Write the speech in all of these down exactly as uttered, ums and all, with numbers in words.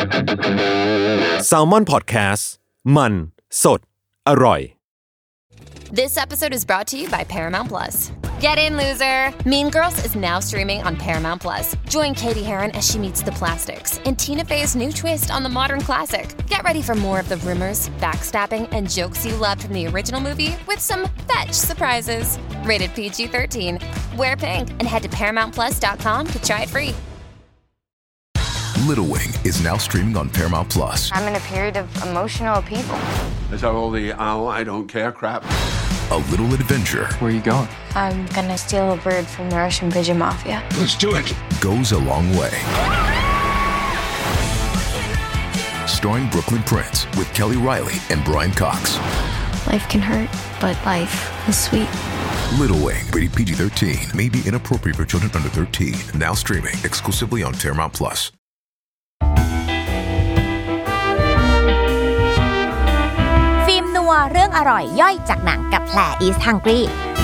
Salmon Podcast มันสดอร่อย This episode is brought to you by Paramount Plus. Get in, loser! Mean Girls is now streaming on Paramount Plus. Join Katie Heron as she meets the plastics in Tina Fey's new twist on the modern classic. Get ready for more of the rumors, backstabbing, and jokes you loved from the original movie with some fetch surprises. Rated P G thirteen. Wear pink and head to paramount plus dot com to try it free. Little Wing is now streaming on Paramount Plus. I'm in a period of emotional upheaval. Is that all the oh, I don't care crap? A little adventure. Where are you going? I'm gonna steal a bird from the Russian pigeon mafia. Let's do it. Goes a long way. Starring Brooklyn Prince with Kelly Riley and Brian Cox. Life can hurt, but life is sweet. Little Wing, rated P G thirteen, may be inappropriate for children under thirteen. Now streaming exclusively on Paramount Plus. ฟิล์มนัวเรื่องอร่อยย่อยจากหนังกับแผล Is Hungry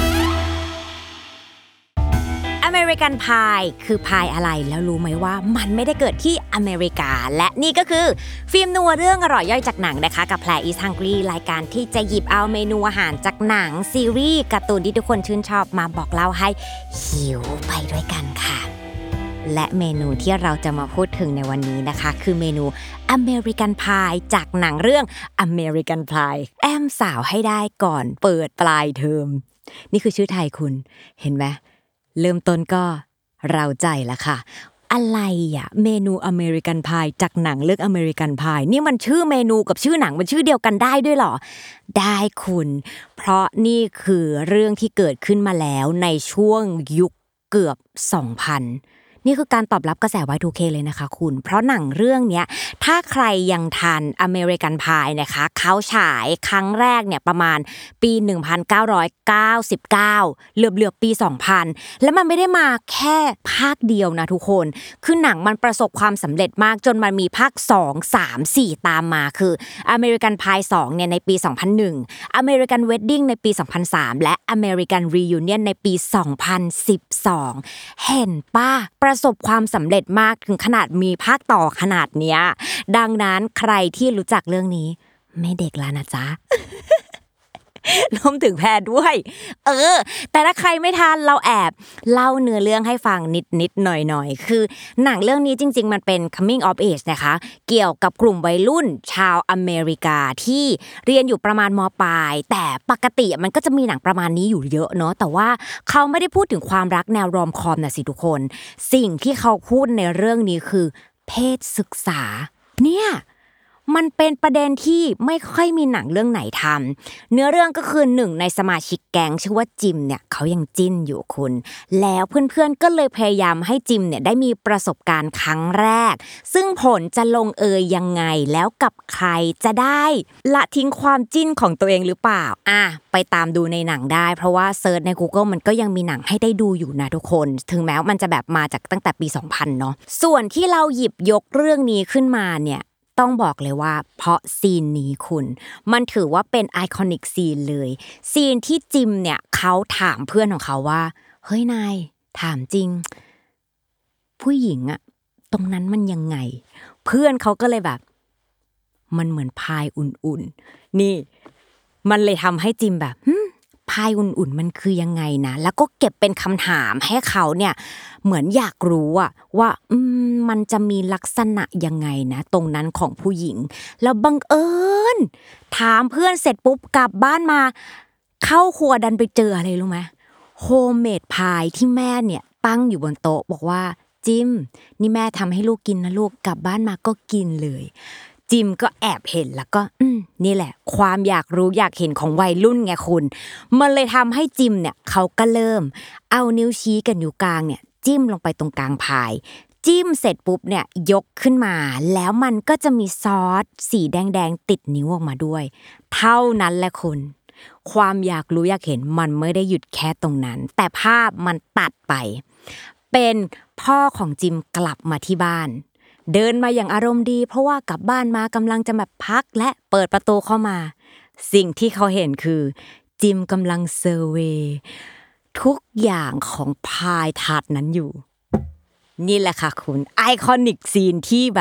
American Pie คือพายอะไรแล้วรู้ไหมว่ามันไม่ได้เกิดที่อเมริกาและนี่ก็คือฟิล์มนัวเรื่องอร่อยย่อยจากหนังนะคะกับแผล Is Hungry รายการที่จะหยิบเอาเมนูอาหารจากหนังซีรีส์การ์ตูนที่ทุกคนชื่นชอบมาบอกเล่าให้หิวไปด้วยกันค่ะและเมนูที่เราจะมาพูดถึงในวันนี้นะคะคือเมนู American Pie จากหนังเรื่อง American Pie แอมสาวให้ได้ก่อนเปิดปลายเทอมนี่คือชื่อไทยคุณเห็นไหมเริ่มต้นก็เราใจละค่ะอะไรอ่ะเมนู American Pie จากหนังเรื่อง American Pie นี่มันชื่อเมนูกับชื่อหนังมันชื่อเดียวกันได้ด้วยเหรอได้คุณเพราะนี่คือเรื่องที่เกิดขึ้นมาแล้วในช่วงยุคเกือบ สองพันนี่คือการตอบรับกระแส วาย ทู เค เลยนะคะคุณเพราะหนังเรื่องเนี้ยถ้าใครยังทัน American Pie นะคะเขาฉายครั้งแรกเนี่ยประมาณปีหนึ่งพันเก้าร้อยเก้าสิบเก้าเหลือบๆปีสองพันแล้วมันไม่ได้มาแค่ภาคเดียวนะทุกคนคือหนังมันประสบความสำเร็จมากจนมันมีภาคสอง สาม สี่ตามมาคือ American Pie สองเนี่ยในปีสองพันหนึ่ง American Wedding ในปีสองพันสามและ American Reunion ในปีสองพันสิบสองเห็นป่ะประสบความสำเร็จมากถึงขนาดมีภาคต่อขนาดเนี้ยดังนั้นใครที่รู้จักเรื่องนี้ไม่เด็กแล้วนะจ๊ะ รวมถึงแพรด้วยเออแต่ถ้าใครไม่ทันเราแอบเล่าเนื้อเรื่องให้ฟังนิดๆหน่อยๆคือหนังเรื่องนี้จริงๆมันเป็น coming of age นะคะเกี่ยวกับกลุ่มวัยรุ่นชาวอเมริกาที่เรียนอยู่ประมาณม.ปลายแต่ปกติมันก็จะมีหนังประมาณนี้อยู่เยอะเนาะแต่ว่าเขาไม่ได้พูดถึงความรักแนวรอมคอมน่ะสิทุกคนสิ่งที่เขาพูดในเรื่องนี้คือเพศศึกษาเนี่ยมันเป็นประเด็นที่ไม่ค่อยมีหนังเรื่องไหนทำเนื้อเรื่องก็คือหนึ่งในสมาชิกแก๊งชื่อว่าจิมเนี่ยเขายังจิ้นอยู่คุณแล้วเพื่อนๆก็เลยพยายามให้จิมเนี่ยได้มีประสบการณ์ครั้งแรกซึ่งผลจะลงเอยยังไงแล้วกับใครจะได้ละทิ้งความจิ้นของตัวเองหรือเปล่าอ่ะไปตามดูในหนังได้เพราะว่าเซิร์ชใน Google มันก็ยังมีหนังให้ได้ดูอยู่นะทุกคนถึงแม้มันจะแบบมาจากตั้งแต่ปีสองพันเนาะส่วนที่เราหยิบยกเรื่องนี้ขึ้นมาเนี่ยต้องบอกเลยว่าเพราะซีนนี้คุณมันถือว่าเป็นไอคอนิกซีนเลยซีนที่จิมเนี่ยเขาถามเพื่อนของเขาว่าเฮ้ยนายถามจริงผู้หญิงอะตรงนั้นมันยังไงเพื่อนเขาก็เลยแบบมันเหมือนพายอุ่นๆนี่มันเลยทำให้จิมแบบพายอุ่นๆมันคือยังไงนะแล้วก็เก็บเป็นคำถามให้เขาเนี่ยเหมือนอยากรู้อะว่าอืมมันจะมีลักษณะยังไงนะตรงนั้นของผู้หญิงแล้วบังเอิญถามเพื่อนเสร็จปุ๊บกลับบ้านมาเข้าครัวดันไปเจออะไรรู้ไหมโฮมเมดพายที่แม่เนี่ยตั้งอยู่บนโต๊ะบอกว่าจิมนี่แม่ทำให้ลูกกินนะลูกกลับบ้านมาก็กินเลยจิมก็แอบเห็นแล้วก็อืมนี่แหละความอยากรู้อยากเห็นของวัยรุ่นไงคุณมันเลยทำให้จิมเนี่ยเขาก็เริ่มเอานิ้วชี้กับนิ้วกลางเนี่ยจิ้มลงไปตรงกลางพายจิ้มเสร็จปุ๊บเนี่ยยกขึ้นมาแล้วมันก็จะมีซอสสีแดงๆติดนิ้วออกมาด้วยเท่านั้นแหละคุณความอยากรู้อยากเห็นมันไม่ได้หยุดแค่ตรงนั้นแต่ภาพมันตัดไปเป็นพ่อของจิมกลับมาที่บ้านเดินมาอย่างอารมณ์ดีเพราะว่ากลับบ้านมากำลังจะแบบพักและเปิดประตูเข้ามาสิ่งที่เขาเห็นคือจิมกำลังเซอร์เวย์ทุกอย่างของพายถาดนั้นอยู่นี่แหละค่ะคุณไอคอนิกซีนที่แบบ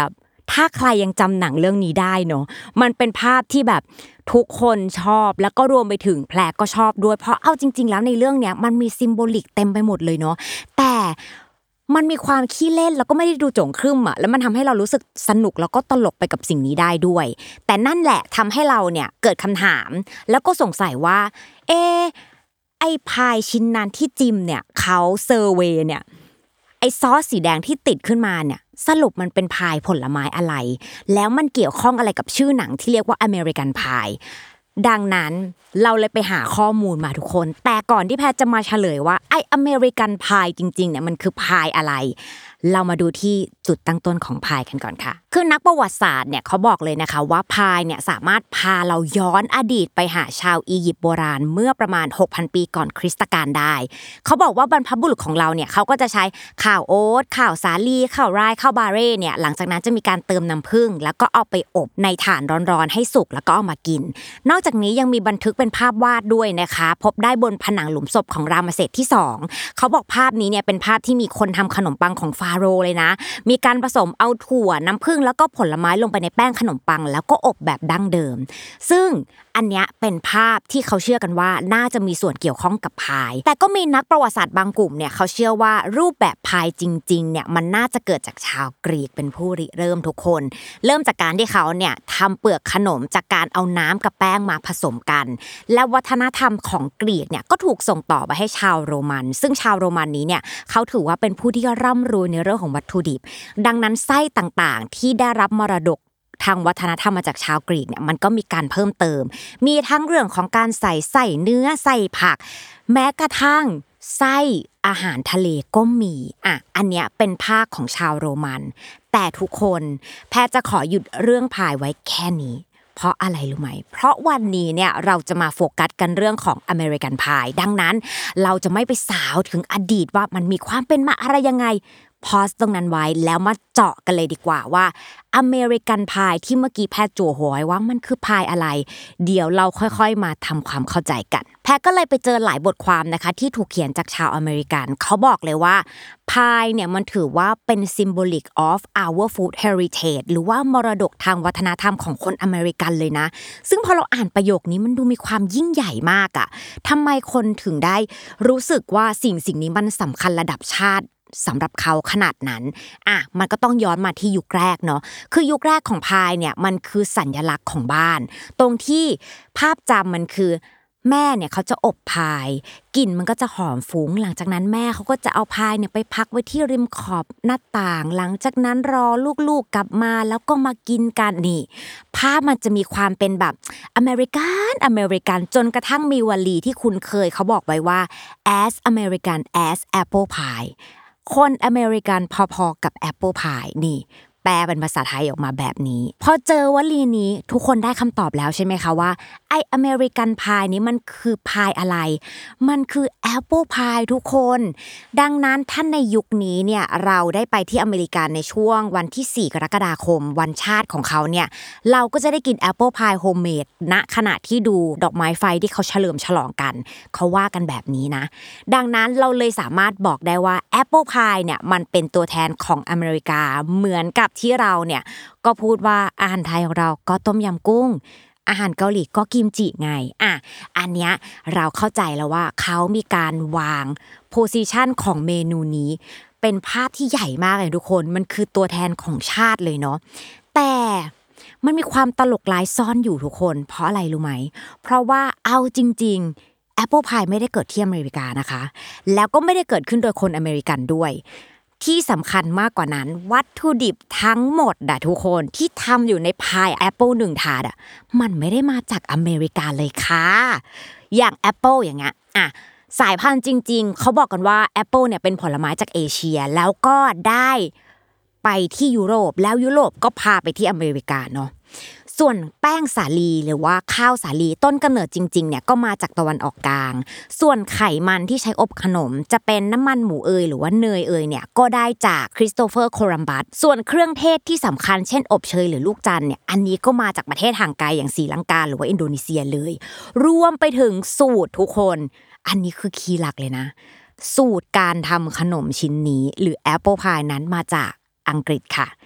ถ้าใครยังจำหนังเรื่องนี้ได้เนาะมันเป็นภาพที่แบบทุกคนชอบแล้วก็รวมไปถึงแพรก็ชอบด้วยเพราะเอาจริงๆแล้วในเรื่องเนี้ยมันมีซิมโบลิกเต็มไปหมดเลยเนาะแต่มันมีความขี้เล่นแล้วก็ไม่ได้ดูโจ่งครึ้มอ่ะแล้วมันทำให้เรารู้สึกสนุกแล้วก็ตลกไปกับสิ่งนี้ได้ด้วยแต่นั่นแหละทำให้เราเนี่ยเกิดคำถามแล้วก็สงสัยว่าเอไอ้พายชิ้นนั้นที่จิมเนี่ยเขาเซอร์เวย์เนี่ยไอ้ซอสสีแดงที่ติดขึ้นมาเนี่ยสรุปมันเป็นพายผลไม้อะไรแล้วมันเกี่ยวข้องอะไรกับชื่อหนังที่เรียกว่าอเมริกันพายดังนั้นเราเลยไปหาข้อมูลมาทุกคนแต่ก่อนที่แพทจะมาเฉลยว่าไอ้อเมริกันพายจริงๆเนี่ยมันคือพายอะไรเรามาดูที่จุดตั้งต้นของพายกันก่อนค่ะคือนักประวัติศาสตร์เนี่ยเขาบอกเลยนะคะว่าพายเนี่ยสามารถพาเราย้อนอดีตไปหาชาวอียิปต์โบราณเมื่อประมาณ หกพัน ปีก่อนคริสตกาลได้เขาบอกว่าบรรพบุรุษของเราเนี่ยเขาก็จะใช้ข้าวโอ๊ตข้าวสาลีข้าวไรซ์ข้าวบาเร่เนี่ยหลังจากนั้นจะมีการเติมน้ำผึ้งแล้วก็เอาไปอบในถ่านร้อนๆให้สุกแล้วก็เอามากินนอกจากนี้ยังมีบันทึกเป็นภาพวาดด้วยนะคะพบได้บนผนังหลุมศพของรามเสสที่สองเขาบอกภาพนี้เนี่ยเป็นภาพที่มีคนทำขนมปังของฟาโรห์เลยนะมีการผสมเอาถั่วน้ำผึ้งแล้วก็ผลไม้ลงไปในแป้งขนมปังแล้วก็อบแบบดั้งเดิมซึ่งอันเนี้ยเป็นภาพที่เขาเชื่อกันว่าน่าจะมีส่วนเกี่ยวข้องกับพายแต่ก็มีนักประวัติศาสตร์บางกลุ่มเนี่ยเขาเชื่อว่ารูปแบบพายจริงๆเนี่ยมันน่าจะเกิดจากชาวกรีกเป็นผู้ริเริ่มทุกคนเริ่มจากการที่เขาเนี่ยทำเปลือกขนมจากการเอาน้ำกับแป้งมาผสมกันและวัฒนธรรมของกรีกเนี่ยก็ถูกส่งต่อไปให้ชาวโรมันซึ่งชาวโรมันนี้เนี่ยเขาถือว่าเป็นผู้ที่ร่ำรวยในเรื่องของวัตถุดิบดังนั้นไส้ต่างๆที่ได้รับมรดกทางวัฒนธรรมมาจากชาวกรีกเนี่ยมันก็มีการเพิ่มเติมมีทั้งเรื่องของการใส่ใส่เนื้อใส่ผักแม้กระทั่งไส้อาหารทะเลก็มีอ่ะอันเนี้ยเป็นภาคของชาวโรมันแต่ทุกคนแพทย์จะขอหยุดเรื่องพายไว้แค่นี้เพราะอะไรรู้ไหมเพราะวันนี้เนี่ยเราจะมาโฟกัสกันเรื่องของอเมริกันพายดังนั้นเราจะไม่ไปสาวถึงอดีตว่ามันมีความเป็นมาอะไรยังไงพอสตรงนั้นไว้แล้วมาเจาะกันเลยดีกว่าว่าอเมริกันพายที่เมื่อกี้แพทย์จั่วหัวไว้ว่ามันคือพายอะไรเดี๋ยวเราค่อยๆมาทำความเข้าใจกันแพทย์ก็เลยไปเจอหลายบทความนะคะที่ถูกเขียนจากชาวอเมริกันเขาบอกเลยว่าพายเนี่ยมันถือว่าเป็น symbolic of our food heritage หรือว่ามรดกทางวัฒนธรรมของคนอเมริกันเลยนะซึ่งพอเราอ่านประโยคนี้มันดูมีความยิ่งใหญ่มากอ่ะทำไมคนถึงได้รู้สึกว่าสิ่งสิ่งนี้มันสำคัญระดับชาติสำหรับเขาขนาดนั้นอ่ะมันก็ต้องย้อนมาที่ยุคแรกเนาะคือยุคแรกของพายเนี่ยมันคือสัญลักษณ์ของบ้านตรงที่ภาพจำมันคือแม่เนี่ยเขาจะอบพายกลิ่นมันก็จะหอมฟุ้งหลังจากนั้นแม่เขาก็จะเอาพายเนี่ยไปพักไว้ที่ริมขอบหน้าต่างหลังจากนั้นรอลูกๆกลับมาแล้วก็มากินกันนี่ภาพมันจะมีความเป็นแบบอเมริกันอเมริกันจนกระทั่งมีวลีที่คุณเคยเขาบอกไว้ว่า as American as apple pieคนอเมริกันพอๆกับแอปเปิลพายนี่แปลเป็นภาษาไทยออกมาแบบนี้พอเจอวลีนี้ทุกคนได้คำตอบแล้วใช่ไหมคะว่าไออเมริกันพายนี้มันคือพายอะไรมันคือแอปเปิลพายทุกคนดังนั้นท่านในยุคนี้เนี่ยเราได้ไปที่อเมริกาในช่วงวันที่สี่กรกฎาคมวันชาติของเขาเนี่ยเราก็จะได้กินแอปเปิลพายโฮมเมดณขณะที่ดูดอกไม้ไฟที่เขาเฉลิมฉลองกันเขาว่ากันแบบนี้นะดังนั้นเราเลยสามารถบอกได้ว่าแอปเปิลพายเนี่ยมันเป็นตัวแทนของอเมริกาเหมือนกับที่เราเนี่ยก็พูดว่าอาหารไทยของเราก็ต้มยำกุ้งอาหารเกาหลีก็กิมจิไงอ่ะอันเนี้ยเราเข้าใจแล้วว่าเขามีการวางโพสิชันของเมนูนี้เป็นภาพที่ใหญ่มากเลยทุกคนมันคือตัวแทนของชาติเลยเนาะแต่มันมีความตลกร้ายซ่อนอยู่ทุกคนเพราะอะไรรู้ไหมเพราะว่าเอาจริงๆแอปเปิลพายไม่ได้เกิดที่อเมริกานะคะแล้วก็ไม่ได้เกิดขึ้นโดยคนอเมริกันด้วยที่สำคัญมากกว่านั้นวัตถุดิบทั้งหมดอะทุกคนที่ทำอยู่ในพายแอปเปิลหนึ่งถาดอะมันไม่ได้มาจากอเมริกาเลยค่ะอย่างแอปเปิลอย่างเงี้ยอะสายพันธุ์จริงๆเขาบอกกันว่าแอปเปิลเนี่ยเป็นผลไม้จากเอเชียแล้วก็ได้ไปที่ยุโรปแล้วยุโรปก็พาไปที่อเมริกาเนาะส่วนแป้งสาลีหรือว่าข้าวสาลีต้นกำเนิดจริงๆเนี่ยก็มาจากตะวันออกกลางส่วนไขมันที่ใช้อบขนมจะเป็นน้ำมันหมูเอยหรือว่าเนยเอยเนี่ยก็ได้จากคริสโตเฟอร์โคลัมบัสส่วนเครื่องเทศที่สำคัญเช่นอบเชยหรือลูกจันทร์เนี่ยอันนี้ก็มาจากประเทศห่างไกลอย่างศรีลังกาหรือว่าอินโดนีเซียเลยรวมไปถึงสูตรทุกคนอันนี้คือคีย์หลักเลยนะสูตรการทำขนมชิ้นนี้หรือแอปเปิลพายนั้นมาจากอังกฤษค่ะ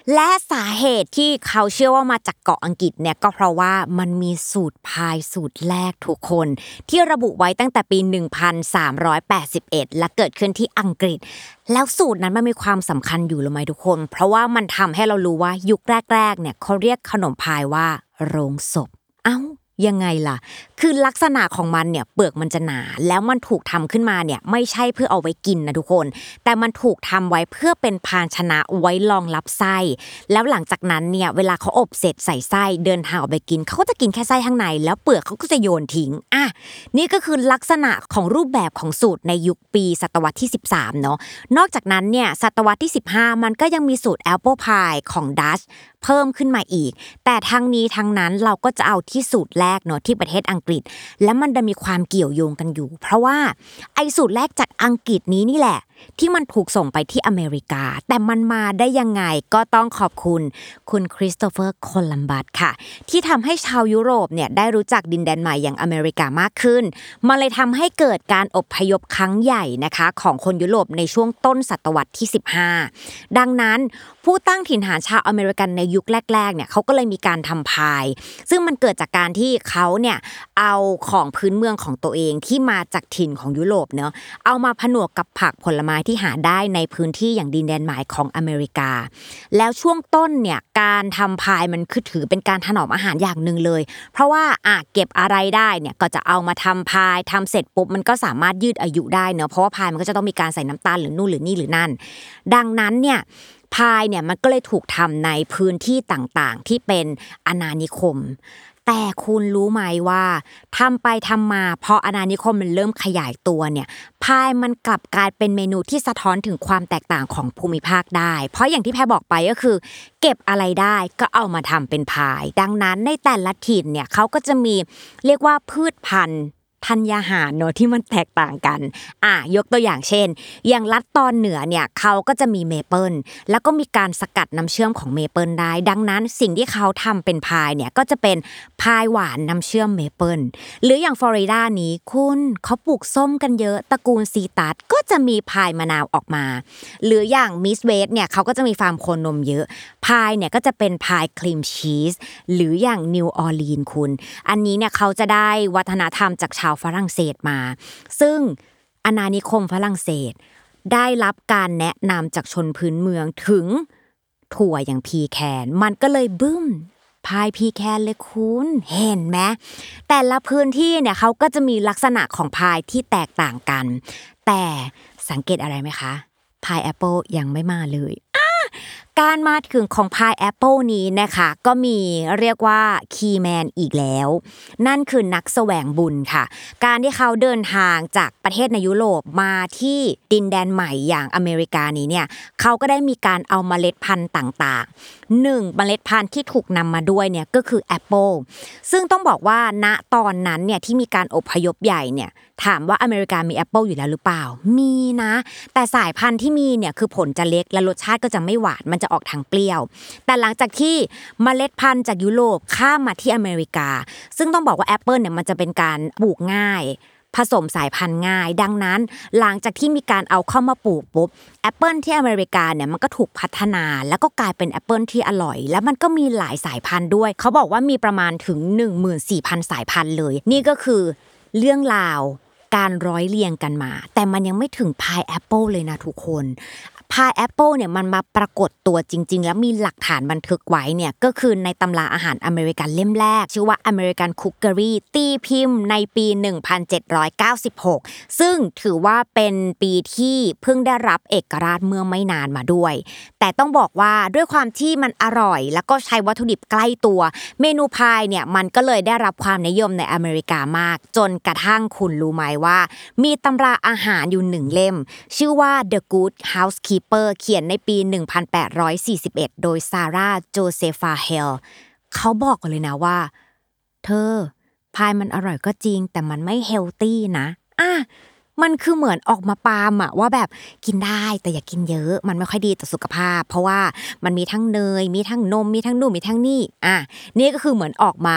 และสาเหตุที่เขาเชื่อว่ามาจากเกาะอังกฤษเนี่ยก็เพราะว่ามันมีสูตรพายสูตรแรกทุกคนที่ระบุไว้ตั้งแต่ปีหนึ่งพันสามร้อยแปดสิบเอ็ดและเกิดขึ้นที่อังกฤษแล้วสูตรนั้นมันมีความสำคัญอยู่หรือไม่ทุกคนเพราะว่ามันทำให้เรารู้ว่ายุคแรกๆเนี่ยเขาเรียกขนมพายว่าโรงศพเอ้ายังไงล่ะคือลักษณะของมันเนี่ยเปลือกมันจะหนาแล้วมันถูกทำขึ้นมาเนี่ยไม่ใช่เพื่อเอาไว้กินนะทุกคนแต่มันถูกทำไว้เพื่อเป็นภาชนะไว้รองรับไส้แล้วหลังจากนั้นเนี่ยเวลาเขาอบเสร็จใส่ไส้เดินทางออกไปกินเขาก็จะกินแค่ไส้ข้างในแล้วเปลือกเขาก็จะโยนทิ้งอ่ะนี่ก็คือลักษณะของรูปแบบของสูตรในยุคปีศตวรรษที่สิบสามเนาะนอกจากนั้นเนี่ยศตวรรษที่สิบห้ามันก็ยังมีสูตรแอปเปิลพายของดัชเพิ่มขึ้นมาอีกแต่ทั้งนี้ทั้งนั้นเราก็จะเอาที่สูตรแรกเนาะที่ประเทศอังกฤษและมันจะมีความเกี่ยวโยงกันอยู่เพราะว่าไอ้สูตรแรกจากอังกฤษนี้นี่แหละที่มันถูกส่งไปที่อเมริกาแต่มันมาได้ยังไงก็ต้องขอบคุณคุณคริสโตเฟอร์โคลัมบัสค่ะที่ทำให้ชาวยุโรปเนี่ยได้รู้จักดินแดนใหม่อย่างอเมริกามากขึ้นมันเลยทำให้เกิดการอพยพครั้งใหญ่นะคะของคนยุโรปในช่วงต้นศตวรรษที่สิบห้าดังนั้นผู้ตั้งถิ่นฐานชาวอเมริกันในยุคแรกๆเนี่ยเขาก็เลยมีการทำพายซึ่งมันเกิดจากการที่เขาเนี่ยเอาของพื้นเมืองของตัวเองที่มาจากถิ่นของยุโรปเนาะเอามาผนวกกับผักผลไม้ที่หาได้ในพื้นที่อย่างดินแดนใหม่ของอเมริกาแล้วช่วงต้นเนี่ยการทำพายมันคือถือเป็นการถนอมอาหารอย่างนึงเลยเพราะว่าอ่ะเก็บอะไรได้เนี่ยก็จะเอามาทำพายทำเสร็จปุ๊บมันก็สามารถยืดอายุได้เนาะเพราะว่าพายมันก็จะต้องมีการใส่น้ำตาลหรือนู่นหรือนี่หรือนั่นดังนั้นเนี่ยพายเนี่ยมันก็เลยถูกทำในพื้นที่ต่างๆที่เป็นอาณานิคมแต่คุณรู้ไหมว่าทำไปทำมาพออาณานิคมมันเริ่มขยายตัวเนี่ยพายมันกลับกลายเป็นเมนูที่สะท้อนถึงความแตกต่างของภูมิภาคได้เพราะอย่างที่แพรบอกไปก็คือเก็บอะไรได้ก็เอามาทำเป็นพายดังนั้นในแต่ละถิ่นเนี่ยเขาก็จะมีเรียกว่าพืชพันธุ์ธัญญาหารเนอะที่มันแตกต่างกันอ่ะยกตัวอย่างเช่นอย่างรัฐตอนเหนือเนี่ยเขาก็จะมีเมเปิลแล้วก็มีการสกัดน้ำเชื่อมของเมเปิลได้ดังนั้นสิ่งที่เขาทำเป็นพายเนี่ยก็จะเป็นพายหวานน้ำเชื่อมเมเปิลหรืออย่างฟลอริดานี้คุณเขาปลูกส้มกันเยอะตระกูลซีตัสก็จะมีพายมะนาวออกมาหรืออย่างมิสเวสเนี่ยเขาก็จะมีฟาร์มโคนมเยอะพายเนี่ยก็จะเป็นพายครีมชีสหรืออย่างนิวออร์ลีนคุณอันนี้เนี่ยเขาจะได้วัฒนธรรมจากชาวฝรั่งเศสมาซึ่งอาณานิคมฝรั่งเศสได้รับการแนะนำจากชนพื้นเมืองถึงถั่วอย่างพีแคนมันก็เลยบึ้มพายพีแคนเลยคุณเห็นไหมแต่ละพื้นที่เนี่ยเขาก็จะมีลักษณะของพายที่แตกต่างกันแต่สังเกตอะไรไหมคะพายแอปเปิลยังไม่มาเลยการมาถึงของพายแอปเปิลนี้นะคะก็มีเรียกว่าคีย์แมนอีกแล้วนั่นคือนักแสวงบุญค่ะการที่เขาเดินทางจากประเทศในยุโรปมาที่ดินแดนใหม่อย่างอเมริกานี้เนี่ยเขาก็ได้มีการเอาเมล็ดพันธุ์ต่างๆหนึ่งเมล็ดพันธุ์ที่ถูกนำมาด้วยเนี่ยก็คือแอปเปิลซึ่งต้องบอกว่าณตอนนั้นเนี่ยที่มีการอพยพใหญ่เนี่ยถามว่าอเมริกามีแอปเปิลอยู่แล้วหรือเปล่ามีนะแต่สายพันธุ์ที่มีเนี่ยคือผลจะเล็กและรสชาติก็จะไม่หวานมันจะออกทางเปรี้ยวแต่หลังจากที่เมล็ดพันธุ์จากยุโรปข้ามมาที่อเมริกาซึ่งต้องบอกว่าแอปเปิลเนี่ยมันจะเป็นการปลูกง่ายผสมสายพันธุ์ง่ายดังนั้นหลังจากที่มีการเอาเข้ามาปลูกปุ๊บแอปเปิลที่อเมริกาเนี่ยมันก็ถูกพัฒนาแล้วก็กลายเป็นแอปเปิลที่อร่อยแล้วมันก็มีหลายสายพันธุ์ด้วยเขาบอกว่ามีประมาณถึง หนึ่งหมื่นสี่พัน สายพันธุ์เลยนี่ก็คือเรื่องราวการร้อยเรียงกันมาแต่มันยังไม่ถึงพายแอปเปิลเลยนะทุกคนพายแอปเปิลเนี่ยมันมาปรากฏตัวจริงๆแล้วมีหลักฐานบันทึกไว้เนี่ยก็คือในตำราอาหารอเมริกันเล่มแรกชื่อว่า American Cookery ตีพิมพ์ในปีหนึ่งพันเจ็ดร้อยเก้าสิบหกซึ่งถือว่าเป็นปีที่เพิ่งได้รับเอกราชเมื่อไม่นานมาด้วยแต่ต้องบอกว่าด้วยความที่มันอร่อยแล้วก็ใช้วัตถุดิบใกล้ตัวเมนูพายเนี่ยมันก็เลยได้รับความนิยมในอเมริกามากจนกระทั่งคุณรู้ไหมว่ามีตำราอาหารอยู่หนึ่งเล่มชื่อว่า The Good Housekeeperเขียนในปีหนึ่งพันแปดร้อยสี่สิบเอ็ดโดยซาร่าโจเซฟาเฮลเขาบอกกันเลยนะว่าเธอพายมันอร่อยก็จริงแต่มันไม่เฮลตี้นะอ่ะมันคือเหมือนออกมาปามอะว่าแบบกินได้แต่อย่ากินเยอะมันไม่ค่อยดีต่อสุขภาพเพราะว่ามันมีทั้งเนยมีทั้งนมมีทั้งนู่นมีทั้งนี่อ่ะนี่ก็คือเหมือนออกมา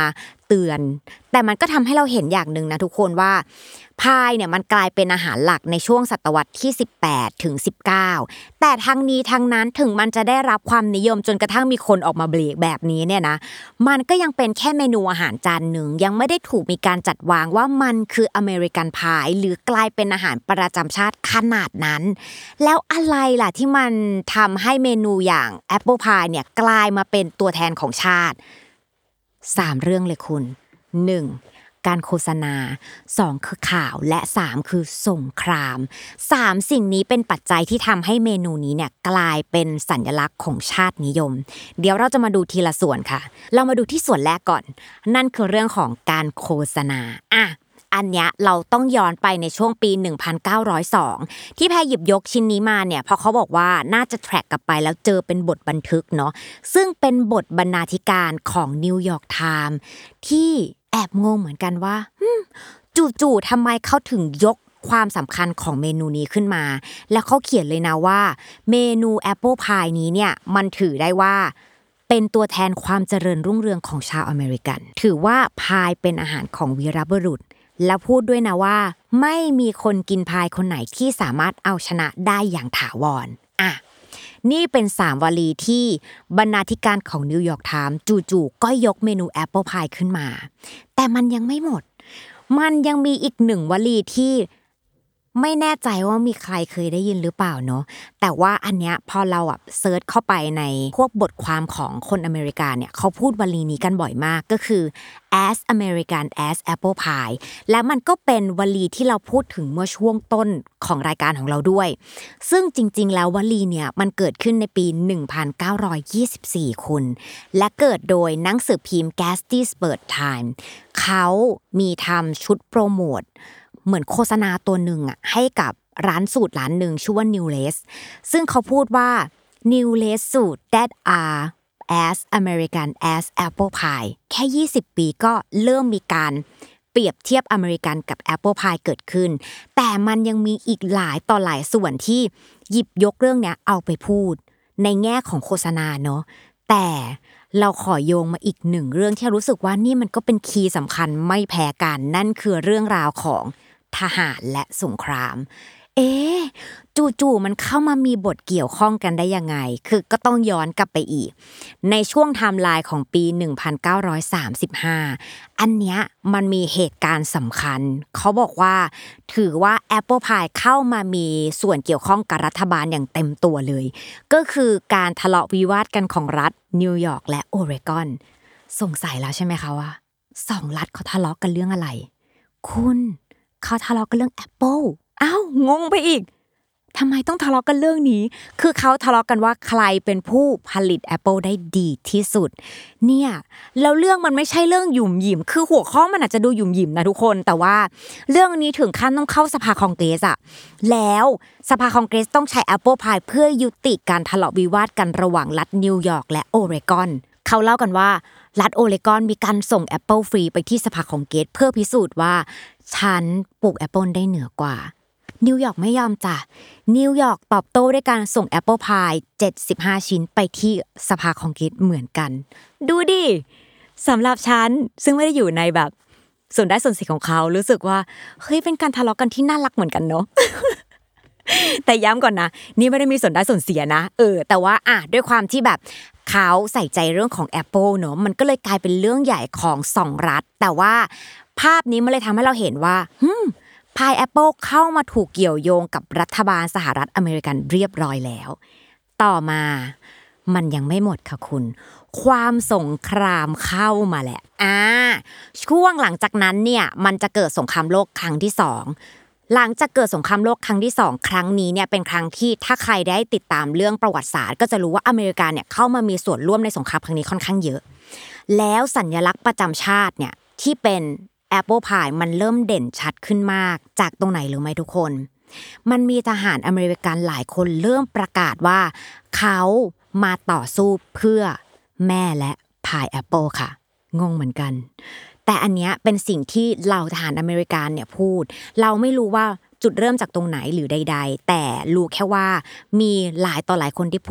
เตือนแต่มันก็ทำให้เราเห็นอย่างนึงนะทุกคนว่าพายเนี่ยมันกลายเป็นอาหารหลักในช่วงศตวรรษที่สิบแปดถึงสิบเก้าแต่ทั้งนี้ทั้งนั้นถึงมันจะได้รับความนิยมจนกระทั่งมีคนออกมาเบรกแบบนี้เนี่ยนะมันก็ยังเป็นแค่เมนูอาหารจานนึงยังไม่ได้ถูกมีการจัดวางว่ามันคืออเมริกันพายหรือกลายเป็นอาหารประจำชาติขนาดนั้นแล้วอะไรล่ะที่มันทำให้เมนูอย่างแอปเปิลพายเนี่ยกลายมาเป็นตัวแทนของชาติสามเรื่องเลยคุณหนึ่งการโฆษณาสองคือข่าวและสามคือสงครามสามสิ่งนี้เป็นปัจจัยที่ทำให้เมนูนี้เนี่ยกลายเป็นสัญลักษณ์ของชาตินิยมเดี๋ยวเราจะมาดูทีละส่วนค่ะเรามาดูที่ส่วนแรกก่อนนั่นคือเรื่องของการโฆษณาอ่ะอันเนี้ยเราต้องย้อนไปในช่วงปีหนึ่งพันเก้าร้อยสองที่แพรหยิบยกชิ้นนี้มาเนี่ยเพราะเขาบอกว่าน่าจะแทร็กกลับไปแล้วเจอเป็นบทบันทึกเนาะซึ่งเป็นบทบรรณาธิการของนิวยอร์กไทม์ที่แอบงงเหมือนกันว่าจู่ๆทำไมเขาถึงยกความสำคัญของเมนูนี้ขึ้นมาแล้วเขาเขียนเลยนะว่าเมนูแอปเปิลพายนี้เนี่ยมันถือได้ว่าเป็นตัวแทนความเจริญรุ่งเรืองของชาวอเมริกันถือว่าพายเป็นอาหารของวีรบุรุษแล้วพูดด้วยนะว่าไม่มีคนกินพายคนไหนที่สามารถเอาชนะได้อย่างถาวรอ่ะนี่เป็นสามวลีที่บรรณาธิการของนิวยอร์กไทม์จู่ๆก็ยกเมนูแอปเปิลพายขึ้นมาแต่มันยังไม่หมดมันยังมีอีกหนึ่งวลีที่ไม่แน่ใจว่ามีใครเคยได้ยินหรือเปล่าเนาะแต่ว่าอันเนี้ยพอเราอ่ะเซิร์ชเข้าไปในพวกบทความของคนอเมริกันเนี่ยเขาพูดวลีนี้กันบ่อยมากก็คือ as American as apple pie และมันก็เป็นวลีที่เราพูดถึงเมื่อช่วงต้นของรายการของเราด้วยซึ่งจริงๆแล้ววลีเนี่ยมันเกิดขึ้นในปีหนึ่งพันเก้าร้อยยี่สิบสี่คุณและเกิดโดยหนังสือพิมพ์ Gettysburg Times เขามีทำชุดโปรโมทเหมือนโฆษณาตัวหนึ่งอ่ะให้กับร้านสูตรร้านหนึ่งชื่อว่า Newless ซึ่งเขาพูดว่า Newless สูตร that are as American as apple pie แค่ยี่สิบปีก็เริ่มมีการเปรียบเทียบอเมริกันกับ apple pie เกิดขึ้นแต่มันยังมีอีกหลายต่อหลายส่วนที่หยิบยกเรื่องเนี้ยเอาไปพูดในแง่ของโฆษณาเนาะแต่เราขอโยงมาอีกหนึ่งเรื่องที่รู้สึกว่านี่มันก็เป็นคีย์สำคัญไม่แพ้กันนั่นคือเรื่องราวของทหารและสงครามเอ๊ะจู่ๆมันเข้ามามีบทเกี่ยวข้องกันได้ยังไงคือก็ต้องย้อนกลับไปอีกในช่วงไทม์ไลน์ของปีหนึ่งพันเก้าร้อยสามสิบห้าอันเนี้ยมันมีเหตุการณ์สำคัญเขาบอกว่าถือว่าแอปเปิลพายเข้ามามีส่วนเกี่ยวข้องกับรัฐบาลอย่างเต็มตัวเลยก็คือการทะเลาะวิวาทกันของรัฐนิวยอร์กและโอเรกอนสงสัยแล้วใช่ไหมคะว่าสองรัฐเขาทะเลาะกันเรื่องอะไรคุณเขาทะเลาะกันเรื่องแอปเปิลอ้าวงงไปอีกทำไมต้องทะเลาะกันเรื่องนี้คือเขาทะเลาะกันว่าใครเป็นผู้ผลิตแอปเปิลได้ดีที่สุดเนี่ยแล้วเรื่องมันไม่ใช่เรื่องหยุ่มหยิมคือหัวข้อมันอาจจะดูหยุ่มหยิมนะทุกคนแต่ว่าเรื่องนี้ถึงขั้นต้องเข้าสภาคองเกรสอะแล้วสภาคองเกรสต้องใช้แอปเปิลพายเพื่อยุติการทะเลาะวิวาทกันระหว่างรัฐนิวยอร์กและโอเรกอนเขาเล่ากันว่ารัฐโอเรกอนมีการส่งแอปเปิลฟรีไปที่สภาคองเกรสเพื่อพิสูจน์ว่าฉันปลูกแอปเปิลได้เหนือกว่านิวยอร์กไม่ยอมจ้ะนิวยอร์กตอบโต้ด้วยการส่งแอปเปิลพายเจ็ดสิบห้าชิ้นไปที่สภาคองเกรสเหมือนกันดูดิสำหรับฉันซึ่งไม่ได้อยู่ในแบบส่วนได้ส่วนเสียของเขารู้สึกว่าเฮ้ยเป็นการทะเลาะกันที่น่ารักเหมือนกันเนาะ แต่ย้ำก่อนนะนี่ไม่ได้มีส่วนได้ส่วนเสียนะเออแต่ว่าอ่ะด้วยความที่แบบเขาใส่ใจเรื่องของ Apple เนาะมันก็เลยกลายเป็นเรื่องใหญ่ของสองรัฐแต่ว่าภาพนี้มันเลยทำให้เราเห็นว่าฮึมพายแอปเปิลเข้ามาถูกเกี่ยวโยงกับรัฐบาลสหรัฐอเมริกันเรียบร้อยแล้วต่อมามันยังไม่หมดค่ะคุณความสงครามเข้ามาแหละอ่าช่วงหลังจากนั้นเนี่ยมันจะเกิดสงครามโลกครั้งที่สองหลังจากเกิดสงครามโลกครั้งที่สองครั้งนี้เนี่ยเป็นครั้งที่ถ้าใครได้ติดตามเรื่องประวัติศาสตร์ก็จะรู้ว่าอเมริกาเนี่ยเข้ามามีส่วนร่วมในสงครามครั้งนี้ค่อนข้างเยอะแล้วสัญลักษณ์ประจำชาติเนี่ยที่เป็นแอปเปิลพายมันเริ่มเด่นชัดขึ้นมากจากตรงไหนรู้ไหมทุกคนมันมีทหารอเมริกันหลายคนเริ่มประกาศว่าเขามาต่อสู้เพื่อแม่และพายแอปเปิลค่ะงงเหมือนกันแต่อันเนี้ยเป็นสิ่งที่เราทหารอเมริกันเนี่ยพูดเราไม่รู้ว่าจุดเริ่มจากตรงไหนหรือใดๆแต่รู้แค่ว่ามีหลายต่อหลายคนที่พูด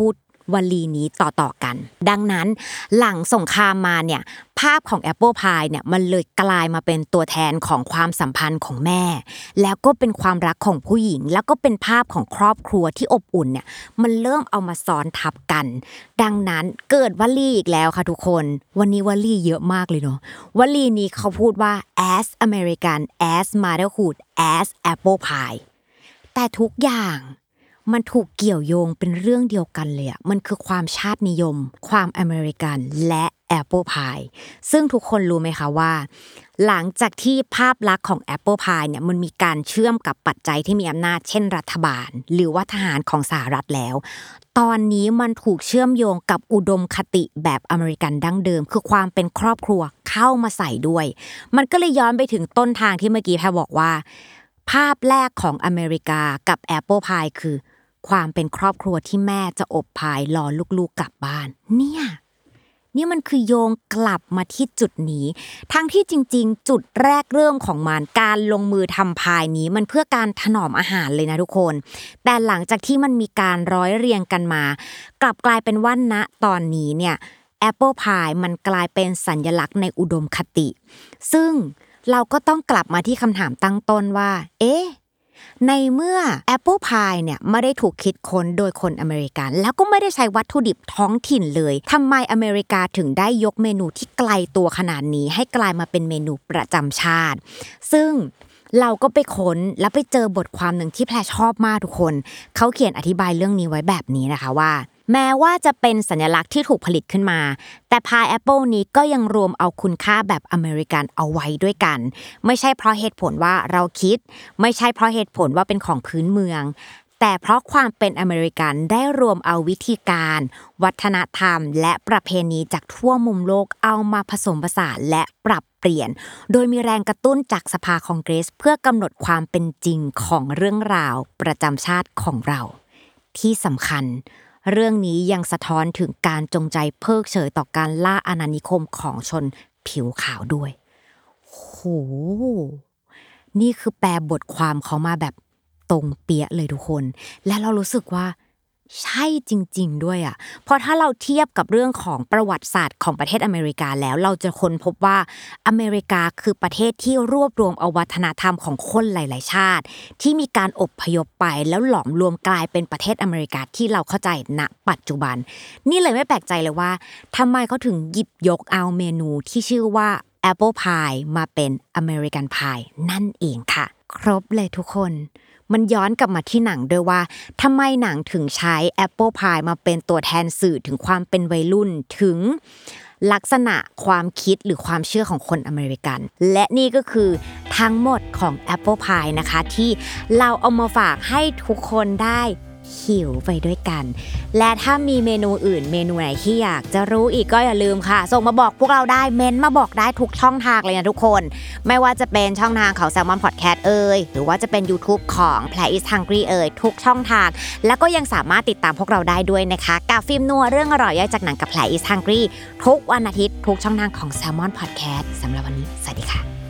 วลีนี้ต่อๆกันดังนั้นหลังสงครามมาเนี่ยภาพของ Apple Pie เนี่ยมันเลยกลายมาเป็นตัวแทนของความสัมพันธ์ของแม่แล้วก็เป็นความรักของผู้หญิงแล้วก็เป็นภาพของครอบครัวที่อบอุ่นเนี่ยมันเริ่มเอามาซ้อนทับกันดังนั้นเกิดวลีอีกแล้วค่ะทุกคนวันนี้วลีเยอะมากเลยเนาะวลีนี้เขาพูดว่า as American as motherhood as apple pie แต่ทุกอย่างมันถูกเกี่ยวโยงเป็นเรื่องเดียวกันเลยอ่ะมันคือความชาตินิยมความอเมริกันและแอปเปิลพายซึ่งทุกคนรู้ไหมคะว่าหลังจากที่ภาพลักษณ์ของแอปเปิลพายเนี่ยมันมีการเชื่อมกับปัจจัยที่มีอำนาจเช่นรัฐบาลหรือว่าทหารของสหรัฐแล้วตอนนี้มันถูกเชื่อมโยงกับอุดมคติแบบอเมริกันดั้งเดิมคือความเป็นครอบครัวเข้ามาใส่ด้วยมันก็เลยย้อนไปถึงต้นทางที่เมื่อกี้แพรบอกว่าภาพแรกของอเมริกากับแอปเปิลพายคือความเป็นครอบครัวที่แม่จะอบพายรอลูกๆกลับบ้านเนี่ยนี่มันคือโยงกลับมาที่จุดนี้ทั้งที่จริงๆจุดแรกเริ่มของมันการลงมือทำพายนี้มันเพื่อการถนอมอาหารเลยนะทุกคนแต่หลังจากที่มันมีการร้อยเรียงกันมากลับกลายเป็นว่าณตอนนี้เนี่ยแอปเปิลพายมันกลายเป็นสัญลักษณ์ในอุดมคติซึ่งเราก็ต้องกลับมาที่คำถามตั้งต้นว่าเอ๊ะในเมื่อแอปเปิลพายเนี่ยไม่ได้ถูกคิดค้นโดยคนอเมริกันแล้วก็ไม่ได้ใช้วัตถุดิบท้องถิ่นเลยทำไมอเมริกาถึงได้ยกเมนูที่ไกลตัวขนาดนี้ให้กลายมาเป็นเมนูประจำชาติซึ่งเราก็ไปค้นแล้วไปเจอบทความหนึ่งที่แพรชอบมากทุกคนเขาเขียนอธิบายเรื่องนี้ไว้แบบนี้นะคะว่าแม้ว่าจะเป็นสัญลักษณ์ที่ถูกผลิตขึ้นมาแต่พายแอปเปิลนี้ก็ยังรวมเอาคุณค่าแบบอเมริกันเอาไว้ด้วยกันไม่ใช่เพราะเหตุผลว่าเราคิดไม่ใช่เพราะเหตุผลว่าเป็นของพื้นเมืองแต่เพราะความเป็นอเมริกันได้รวมเอาวิธีการวัฒนธรรมและประเพณีจากทั่วมุมโลกเอามาผสมผสานและปรับเปลี่ยนโดยมีแรงกระตุ้นจากสภาคองเกรสเพื่อกำหนดความเป็นจริงของเรื่องราวประจำชาติของเราที่สำคัญเรื่องนี้ยังสะท้อนถึงการจงใจเพิกเฉยต่อการล่าอาณานิคมของชนผิวขาวด้วยโหนี่คือแปลบทความเขามาแบบตรงเป๊ะเลยทุกคนและเรารู้สึกว่าใช่จริงๆด้วยอ่ะเพราะถ้าเราเทียบกับเรื่องของประวัติศาสตร์ของประเทศอเมริกาแล้วเราจะค้นพบว่าอเมริกาคือประเทศที่รวบรวมเอาวัฒนธรรมของคนหลายๆชาติที่มีการอพยพไปแล้วหลอมรวมกลายเป็นประเทศอเมริกาที่เราเข้าใจณปัจจุบันนี่เลยไม่แปลกใจเลยว่าทำไมเขาถึงหยิบยกเอาเมนูที่ชื่อว่าแอปเปิลพายมาเป็นอเมริกันพายนั่นเองค่ะครบเลยทุกคนมันย้อนกลับมาที่หนังด้วยว่าทำไมหนังถึงใช้แอปเปิลพายมาเป็นตัวแทนสื่อถึงความเป็นวัยรุ่นถึงลักษณะความคิดหรือความเชื่อของคนอเมริกันและนี่ก็คือทั้งหมดของแอปเปิลพายนะคะที่เราเอามาฝากให้ทุกคนได้หิวไปด้วยกันและถ้ามีเมนูอื่นเมนูไหนที่อยากจะรู้อีกก็อย่าลืมค่ะส่งมาบอกพวกเราได้เม้นมาบอกได้ทุกช่องทางเลยนะทุกคนไม่ว่าจะเป็นช่องทางของ Salmon Podcast เอ่ยหรือว่าจะเป็น YouTube ของ Play is Hungry เอ่ยทุกช่องทางแล้วก็ยังสามารถติดตามพวกเราได้ด้วยนะคะกับฟิล์มนัวเรื่องอร่อยย่อยจากหนังกับ Play is Hungry ทุกวันอาทิตย์ทุกช่องทางของ Salmon Podcast สำหรับวันนี้สวัสดีค่ะ